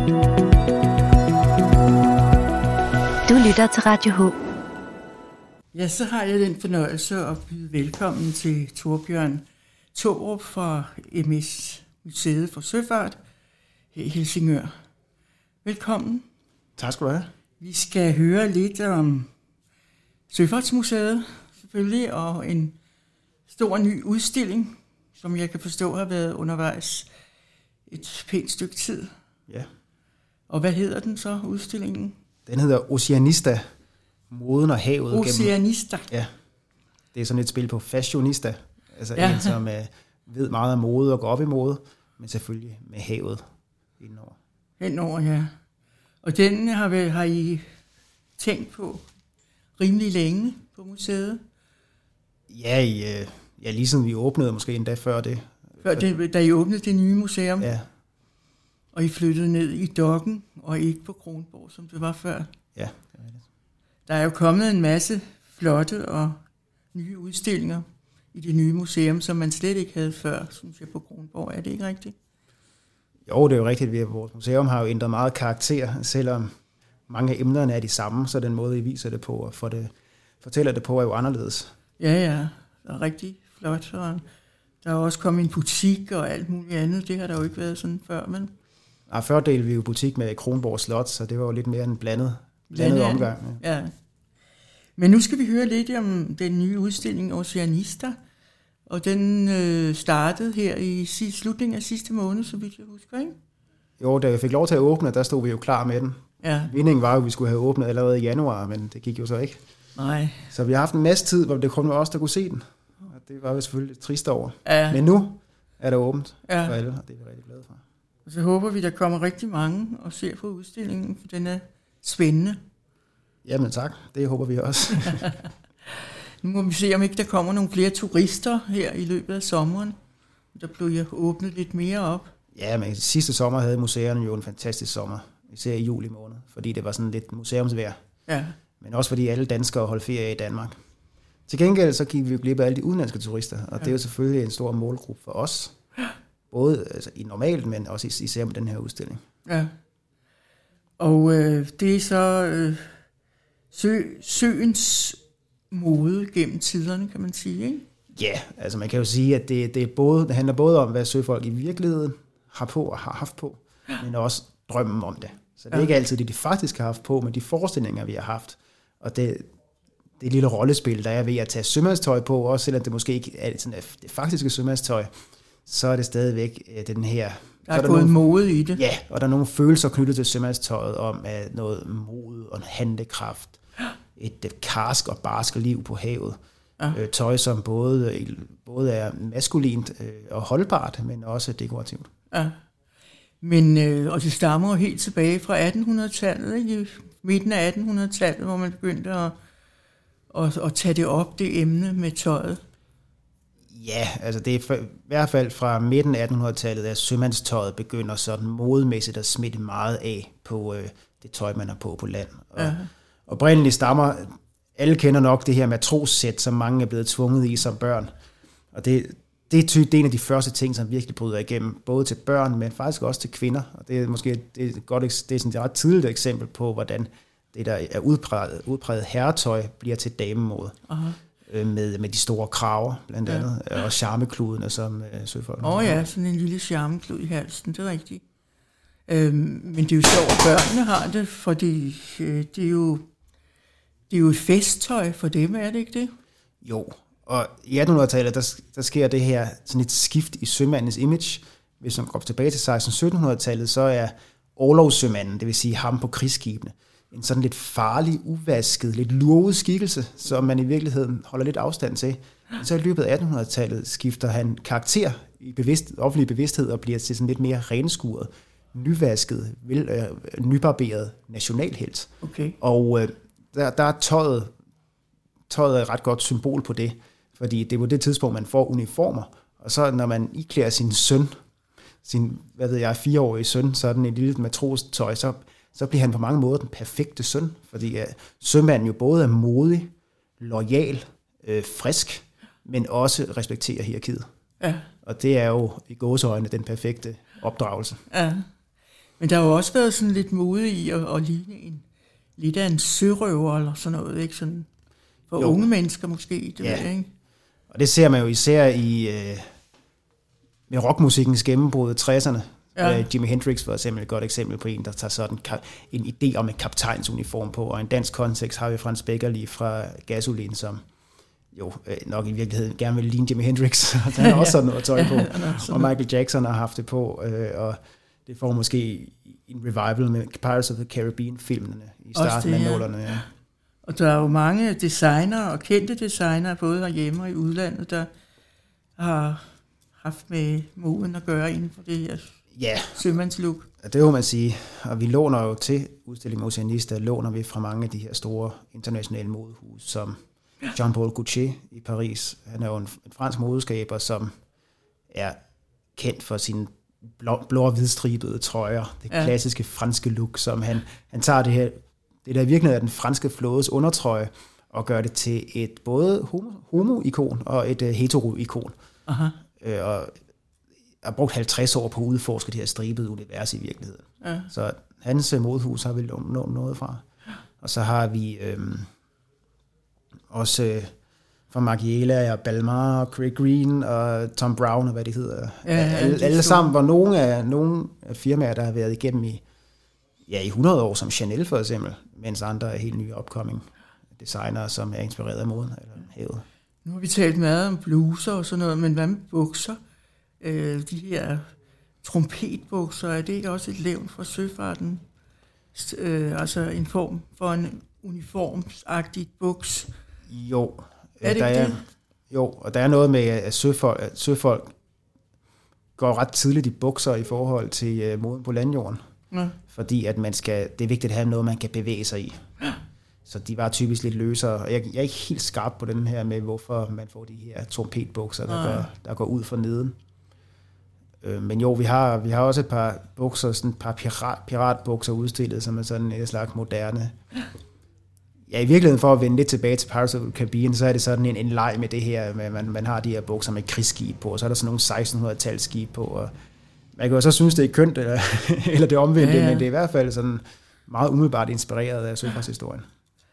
Du lytter til Radio H. Ja, så har jeg den fornøjelse at byde velkommen til Torbjørn Thorup fra MS Museet for Søfart her i Helsingør. Velkommen. Tak skal du have. Vi skal høre lidt om Søfartsmuseet selvfølgelig, og en stor ny udstilling, som jeg kan forstå har været undervejs et pænt stykke tid. Ja. Og hvad hedder den så, udstillingen? Den hedder Oceanista, moden og havet. Oceanista? Ja, det er sådan et spil på fashionista, altså en, som ved meget om mode og går op i mode, men selvfølgelig med havet indenover. Henover, ja. Og den har I tænkt på rimelig længe på museet? Ja, lige siden vi åbnede, måske endda før det. Da I åbnede det nye museum? Ja. Og I flyttede ned i Dokken, og ikke på Kronborg, som det var før? Ja, det er det. Der er jo kommet en masse flotte og nye udstillinger i det nye museum, som man slet ikke havde før, synes jeg, på Kronborg. Er det ikke rigtigt? Jo, det er jo rigtigt. Vores museum har jo ændret meget karakter, selvom mange af emnerne er de samme, så den måde, I viser det på og fortæller det på, er jo anderledes. Ja, det er rigtig flot. Og der er også kommet en butik og alt muligt andet. Det har der jo ikke været sådan før, men... Før delte vi jo butik med Kronborg Slot, så det var jo lidt mere en blandet omgang. Ja. Men nu skal vi høre lidt om den nye udstilling Oceanista, og den startede her i slutningen af sidste måned, så vidt jeg husker, ikke? Jo, da vi fik lov til at åbne, der stod vi jo klar med den. Ja. Meningen var jo, at vi skulle have åbnet allerede i januar, men det gik jo så ikke. Nej. Så vi har haft en masse tid, hvor det kun var os, der kunne se den. Og det var vi selvfølgelig trist over. Ja. Men nu er det åbent for alle, og det er vi rigtig glade for. Og så håber vi, der kommer rigtig mange og ser på udstillingen, for den er spændende. Jamen tak, det håber vi også. Nu må vi se, om ikke der kommer nogle flere turister her i løbet af sommeren. Der blev jo åbnet lidt mere op. Ja, men sidste sommer havde museerne jo en fantastisk sommer. Især i juli måned, fordi det var sådan lidt museumsvejr. Ja. Men også fordi alle danskere holdt ferie i Danmark. Til gengæld så gik vi glip af alle de udenlandske turister, og det er jo selvfølgelig en stor målgruppe for os. Både altså, i normalt, men også især med den her udstilling. Ja. Og det er så søens mode gennem tiderne, kan man sige, ikke? Ja, altså man kan jo sige, at det handler både om, hvad søfolk i virkeligheden har på og har haft på, men også drømmen om det. Så det er ikke altid det, de faktisk har haft på, men de forestillinger, vi har haft. Og det lille rollespil, der er ved at tage sømandstøj på, også selvom det måske ikke er sådan det faktiske sømandstøj, så er det stadigvæk den her... Der er gået mode i det. Ja, og der er nogle følelser knyttet til sømandstøjet om at noget mod og handlekraft, et karsk og barsk liv på havet. Ja. Tøj, som både er maskulint og holdbart, men også dekorativt. Ja. Men, og det stammer jo helt tilbage fra 1800-tallet, ikke? Midten af 1800-tallet, hvor man begyndte at tage det op, det emne med tøjet. Ja, altså det er i hvert fald fra midten af 1800-tallet, at sømandstøjet begynder sådan modemæssigt at smitte meget af på det tøj, man har på land. Og oprindeligt stammer, alle kender nok det her matrossæt, som mange er blevet tvunget i som børn. Og det er en af de første ting, som virkelig bryder igennem, både til børn, men faktisk også til kvinder. Og det er måske det er sådan et ret tidligt eksempel på, hvordan det, der er udpræget herretøj, bliver til damemode. Med de store kraver, blandt andet, og charmekludene, som søfolk. Ja, sådan en lille charmeklud i halsen, det er rigtigt. Men det er jo sjovt, at børnene har det, for det er jo et festtøj for dem, er det ikke det? Jo, og i 1800-tallet, der sker det her sådan et skift i sømandens image. Hvis man går tilbage til 1600-1700-tallet, så er orlogssømanden, det vil sige ham på krigsskibene, en sådan lidt farlig, uvasket, lidt lurvet skikkelse, som man i virkeligheden holder lidt afstand til. Men så i løbet af 1800-tallet skifter han karakter i offentlig bevidsthed og bliver til sådan lidt mere renskuret, nyvasket, nybarberet nationalhelt. Okay. Og der er tøjet et ret godt symbol på det, fordi det er på det tidspunkt, man får uniformer, og så når man iklæder sin søn, sin 4-årige søn, sådan et lille matrostøj, så bliver han på mange måder den perfekte søn, fordi sømanden jo både er modig, loyal, frisk, men også respekterer hierarkiet. Ja. Og det er jo i gåseøjne den perfekte opdragelse. Ja. Men der har jo også været sådan lidt mode i at ligne lidt af en sørøver eller sådan noget, ikke? Sådan for unge mennesker måske, det ved jeg, ikke? Og det ser man jo især med rockmusikkens gennembrud i 60'erne. Ja. Jimi Hendrix var simpelthen et godt eksempel på en, der tager sådan en idé om et kaptajnsuniform på, og i en dansk kontekst har vi Frans Beckerli fra Gasolin, som jo nok i virkeligheden gerne vil ligne Jimi Hendrix, og han har også sådan noget tøj på, og Michael Jackson har haft det på, og det får måske en revival med Pirates of the Caribbean-filmene i starten af 00'erne. Ja. Og der er jo mange designere og kendte designere, både herhjemme og i udlandet, der har haft med moden at gøre inden for det her sømandslook. Det må man sige. Og vi låner jo til udstillingen Oceanista, låner vi fra mange af de her store internationale modehus, som Jean-Paul Gaultier i Paris. Han er jo en fransk modeskaber, som er kendt for sine blå og hvidstribede trøjer. Det klassiske franske look, som han tager det her, det der i virkeligheden er den franske flådes undertrøje, og gør det til et både homo-ikon og et hetero-ikon. Aha. Og har brugt 50 år på at udforske det her stribede univers i virkeligheden. Ja. Så hans modehus har vi lånt noget fra. Og så har vi også fra Margiela og Balmain og Craig Green og Tom Brown og hvad det hedder. Alle sammen var nogle af firmaer, der har været igennem i 100 år, som Chanel for eksempel, mens andre er helt nye upcoming designere, som er inspireret af moden eller havet. Nu har vi talt meget om bluser og sådan noget, men hvad med bukser? De her trompetbukser, er det ikke også et levn fra søfarten? Altså en form for en uniformsagtig buks? Jo. Er det ikke det? Jo, og der er noget med, at søfolk går ret tidligt i bukser i forhold til moden på landjorden. Ja. Fordi at det er vigtigt at have noget, man kan bevæge sig i. Ja. Så de var typisk lidt løsere. Jeg er ikke helt skarp på den her med, hvorfor man får de her trompetbukser, der går ud fra neden. Men jo, vi har også et par bukser, sådan et par piratbukser udstillet, som er sådan et slags moderne. Ja, i virkeligheden for at vende lidt tilbage til Pirates of the Caribbean, så er det sådan en leg med det her, med, man har de her bukser med krigsskib på, og så er der sådan nogle 1600-tals skib på, og man kan jo så synes, det er kønt, eller det omvendte, men det er i hvert fald sådan meget umiddelbart inspireret af søfartshistorien.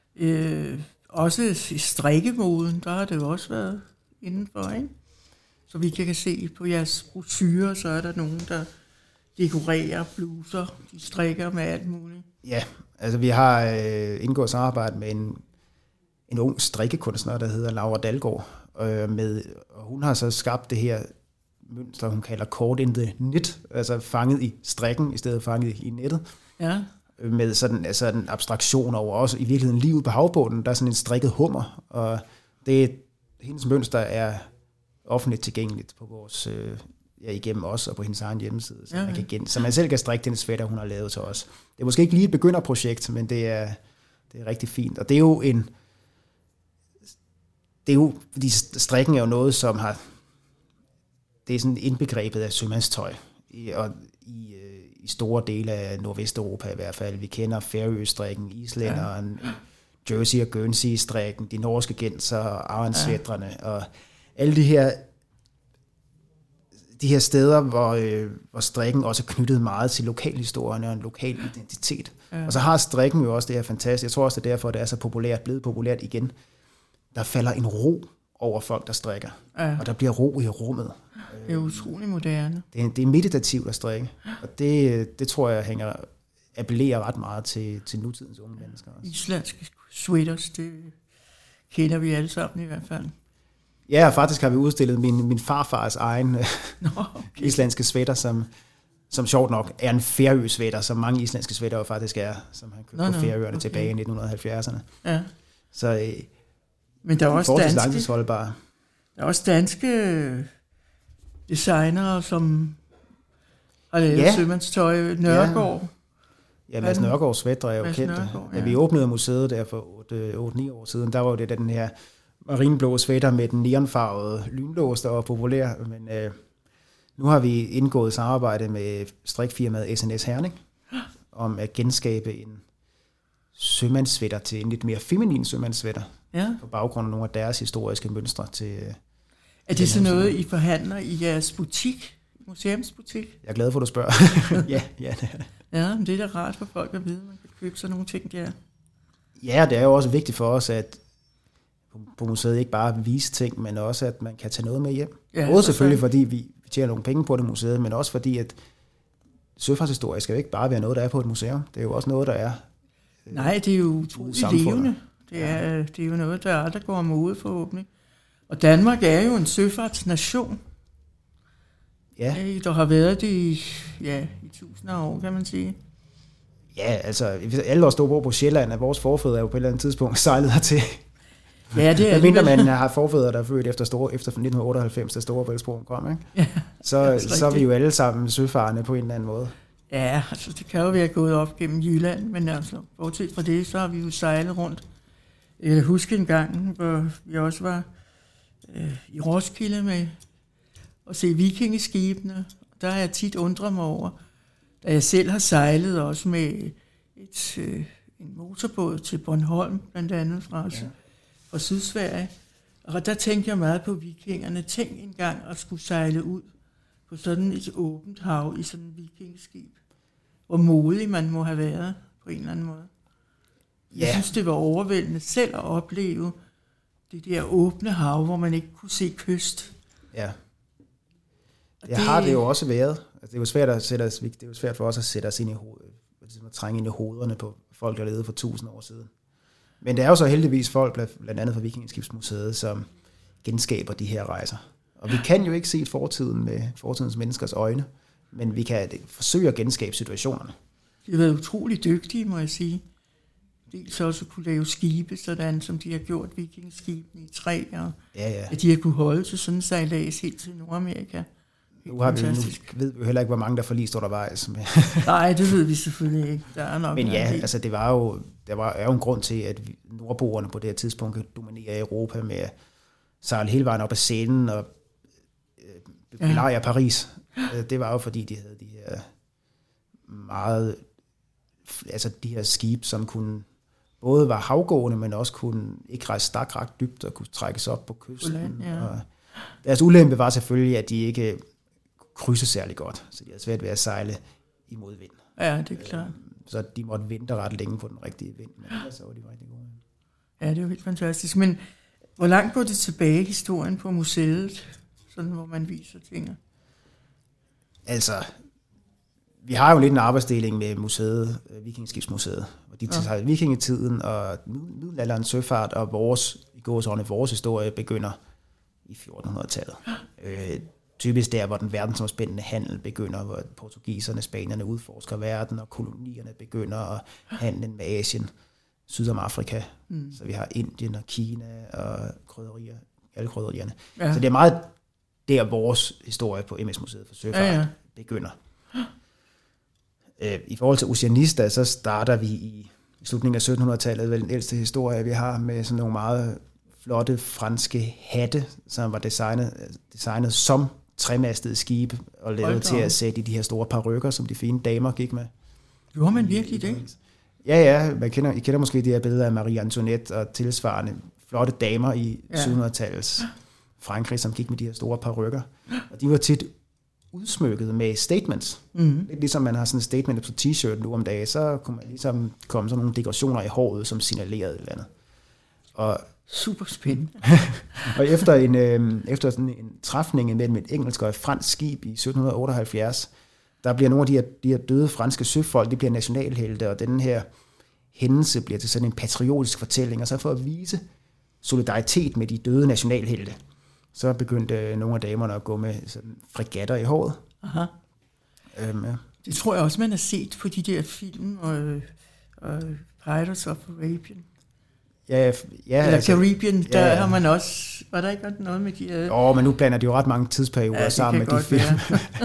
Også i strikkemoden, der har det jo også været indenfor, ikke? Så vi kan se på jeres brochurer, så er der nogen, der dekorerer bluser, de strikker med alt muligt. Ja, altså vi har indgået samarbejde med en ung strikkekunstner, der hedder Laura Dalgaard, og hun har så skabt det her mønster, hun kalder caught in the knit, altså fanget i strikken, i stedet for fanget i nettet. Ja. Med sådan en abstraktion over også i virkeligheden livet på havbunden, der er sådan en strikket hummer, og hendes mønster er offentligt tilgængeligt på vores, igennem os og på hendes egen hjemmeside, så man selv kan strikke den sweater, hun har lavet til os. Det er måske ikke lige et begynderprojekt, men det er rigtig fint, og det er jo fordi strikken er jo noget, som har, det er sådan indbegrebet af sømandstøj, og i store dele af Nordvesteuropa i hvert fald. Vi kender Færø-strikken, islænderen, Jersey og Guernsey-strikken, de norske genser, Arensvætrene, og alle de her steder, hvor strikken også er knyttet meget til lokalhistorien og en lokal identitet. Ja. Og så har strikken jo også det her fantastisk. Jeg tror også, det er derfor, det er så blevet populært igen. Der falder en ro over folk, der strikker. Ja. Og der bliver ro i rummet. Det er utrolig moderne. Det er meditativt at strikke. Og det tror jeg appellerer ret meget til nutidens unge mennesker også. Islandske sweaters, det kender vi alle sammen i hvert fald. Ja, og faktisk har vi udstillet min farfars egen islandske sweater, som sjovt nok er en Færø-sweater, som mange islandske sweater faktisk er, som han købte på Færøerne tilbage i 1970'erne. Ja. Så men der er også danske designere, som har lavet sømandstøj. Nørgaard. Ja, Mads Nørgaards sweater er jo kendt. Da vi åbnede museet der for 8-9 år siden, der var det den her marineblå sweater med den neonfarvede lynlås, der var populær. Men nu har vi indgået samarbejde med strikfirmaet SNS Herning om at genskabe en sømandssweater til en lidt mere feminin sømandssweater. Ja. På baggrund af nogle af deres historiske mønstre til. Er det så noget, I forhandler i jeres butik, museumsbutik? Jeg er glad for, at du spørger. ja, det er det. Ja, men det er da rart for folk at vide, man kan købe sådan nogle ting der. Ja, det er jo også vigtigt for os, at på museet ikke bare vise ting, men også, at man kan tage noget med hjem. Ja, både selvfølgelig, fordi vi tjener nogle penge på det museet, men også fordi, at søfartshistorie skal jo ikke bare være noget, der er på et museum. Det er jo også noget, der er nej, det er jo utroligt levende. Det er jo noget, der går mod forhåbentlig. Og Danmark er jo en søfartsnation. Ja. Der har været det i tusinder af år, kan man sige. Ja, altså alle vores store på Sjælland, at vores forfædre er jo på et eller andet tidspunkt sejlet hertil. Ja, det er mindre man har forfædre, der er født efter 1998, da Storebæltsbroen kom, ikke? Ja, så er vi jo alle sammen søfarende på en eller anden måde. Ja, altså det kan jo være gået op gennem Jylland, men altså bortset fra det, så har vi jo sejlet rundt. Jeg husker en gang, hvor vi også var i Roskilde med at se vikingeskibene. Der har jeg tit undret mig over, da jeg selv har sejlet også med en motorbåd til Bornholm, blandt andet fra Sydsverige. Og der tænkte jeg meget på vikingerne. Tænk engang at skulle sejle ud på sådan et åbent hav i sådan et vikingeskib. Hvor modig man må have været på en eller anden måde. Jeg synes, det var overvældende selv at opleve det der åbne hav, hvor man ikke kunne se kyst. Ja. Det har det jo også været. Altså, det er jo svært for os at sætte os ind i hovedet, at trænge ind i hovederne på folk, der levede for 1000 år siden. Men det er jo så heldigvis folk, blandt andet fra Vikingeskibsmuseet, som genskaber de her rejser. Og vi kan jo ikke se fortiden med fortidens menneskers øjne, men vi kan forsøge at genskabe situationerne. De har været utrolig dygtige, må jeg sige. Dels også kunne lave skibe, sådan som de har gjort vikingeskibene i træ, og at de har kunne holde til sådan en sejlads helt til Nordamerika. Nu ved vi jo heller ikke, hvor mange der forlist undervejs. Nej, det ved vi selvfølgelig ikke. Der er nok. Men ja, altså der er jo en grund til, at nordboerne på det her tidspunkt kan dominere Europa med at sejle hele vejen op ad Seinen og belejre Paris. Det var jo fordi, de havde de her de her skibe, som kunne både var havgående, men også kunne ikke rejse ret dybt og kunne trækkes op på kysten. Og deres ulempe var selvfølgelig, at de ikke krydse særlig godt, så de havde svært ved at sejle i modvind. Ja, det er klart. Så de måtte vente ret længe på den rigtige vind, men så var de rigtig gode. Ja, det er jo helt fantastisk. Men hvor langt går det tilbage i historien på museet, sådan hvor man viser ting? Altså, vi har jo lidt en arbejdsdeling med museet, Vikingeskibsmuseet, og de tager vikingetiden og middelalderens søfart, og vores historie begynder i 1400-tallet. Typisk der, hvor den verdensomspændende handel begynder, hvor portugiserne, spanierne udforsker verden, og kolonierne begynder, og handlen med Asien, Sydamerika. Så vi har Indien og Kina og alle krydderierne. Ja. Så det er meget der, vores historie på MS-museet for søfart begynder. I forhold til Oceanista, så starter vi i slutningen af 1700-tallet, vel den ældste historie, vi har, med sådan nogle meget flotte franske hatte, som var designet som tremastede skibe, og lavet til at sætte i de her store parykker, som de fine damer gik med. Gjorde man virkelig det? Ja, I kender måske de her billeder af Marie Antoinette og tilsvarende flotte damer i 1700-tallets Frankrig, som gik med de her store parykker. Og de var tit udsmykket med statements. Lidt ligesom man har sådan et statement på t-shirt nu om dagen, så kunne man ligesom komme sådan nogle dekorationer i håret, som signalerede et eller andet. Og super spændende. Og efter sådan en træfning mellem et engelsk og et fransk skib i 1778, der bliver nogle af de her døde franske søfolk, det bliver nationalhelte, og den her hændelse bliver til sådan en patriotisk fortælling, og så for at vise solidaritet med de døde nationalhelte, så begyndte nogle af damerne at gå med sådan fregatter i håret. Aha. Det tror jeg også, man har set på de der film og Pirates of Arabian. Ja, eller Caribbean, der har man også. Var der ikke noget med de? Men nu blander de jo ret mange tidsperioder sammen med de film.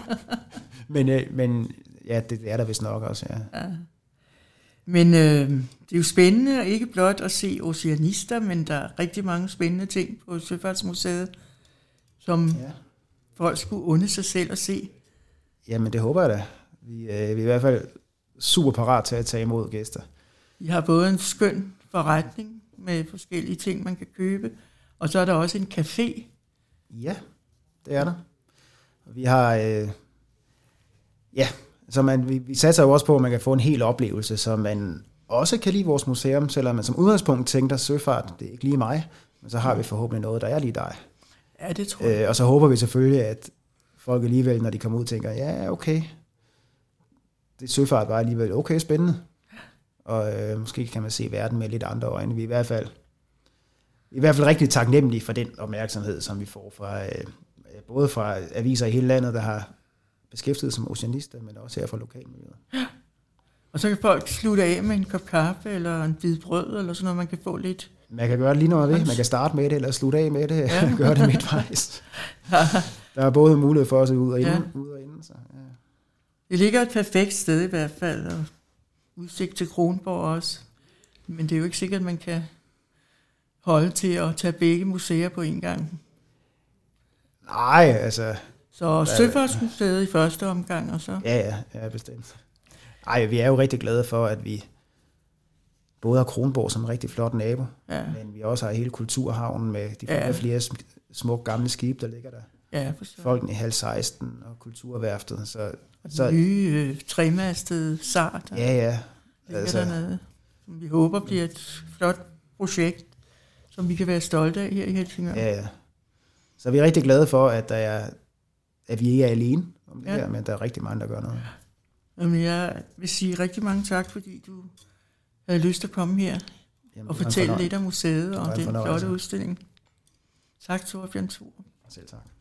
men ja, det er der vist nok også, ja. Men det er jo spændende, ikke blot at se Oceanista, men der er rigtig mange spændende ting på Søfartsmuseet, som folk skulle unde sig selv at se. Jamen, det håber jeg da. Vi er i hvert fald super parat til at tage imod gæster. Vi har både en skøn forretning med forskellige ting, man kan købe, og så er der også en café. Ja, det er der. Vi har Så vi satser jo også på, at man kan få en hel oplevelse, så man også kan lide vores museum, selvom man som udgangspunkt tænker, søfart, det er ikke lige mig, men så har vi forhåbentlig noget, der er lige dig. Ja, det tror jeg. Og så håber vi selvfølgelig, at folk alligevel, når de kommer ud, tænker, ja, okay, det søfart var alligevel okay spændende, og måske kan man se verden med lidt andre øjne. Vi er i hvert fald rigtig taknemmelige for den opmærksomhed, som vi får fra både fra aviser i hele landet, der har beskæftiget som oceanister, men også her fra lokalmiljøet. Ja. Og så kan folk slutte af med en kop kaffe, eller en bid brød, eller sådan noget, man kan få lidt. Man kan gøre det lige noget ved. Man kan starte med det, eller slutte af med det, ja. Gøre det midtvejs. Der er både mulighed for at se ud og inden. Så, ja. Det ligger et perfekt sted i hvert fald, og udsigt til Kronborg også. Men det er jo ikke sikkert, at man kan holde til at tage begge museer på en gang. Nej, altså... Så Søfartsmuseet i første omgang, og så... Ja, bestemt. Ej, vi er jo rigtig glade for, at vi både har Kronborg som en rigtig flot nabo, men vi også har hele Kulturhavnen med de flere smukke gamle skibe, der ligger der. Ja, for så. Folken i halv 16 og Kulturværftet. Så nye tremastede SAR, der ligger dernede, som vi håber bliver et flot projekt, som vi kan være stolte af her i Helsingør. Ja. Så vi er rigtig glade for, at vi ikke er alene om det her, men der er rigtig mange, der gør noget. Jamen, jeg vil sige rigtig mange tak, fordi du havde lyst til at komme her og fortælle lidt om museet og den flotte udstilling. Tak, Torbjørn Thor. Selv tak.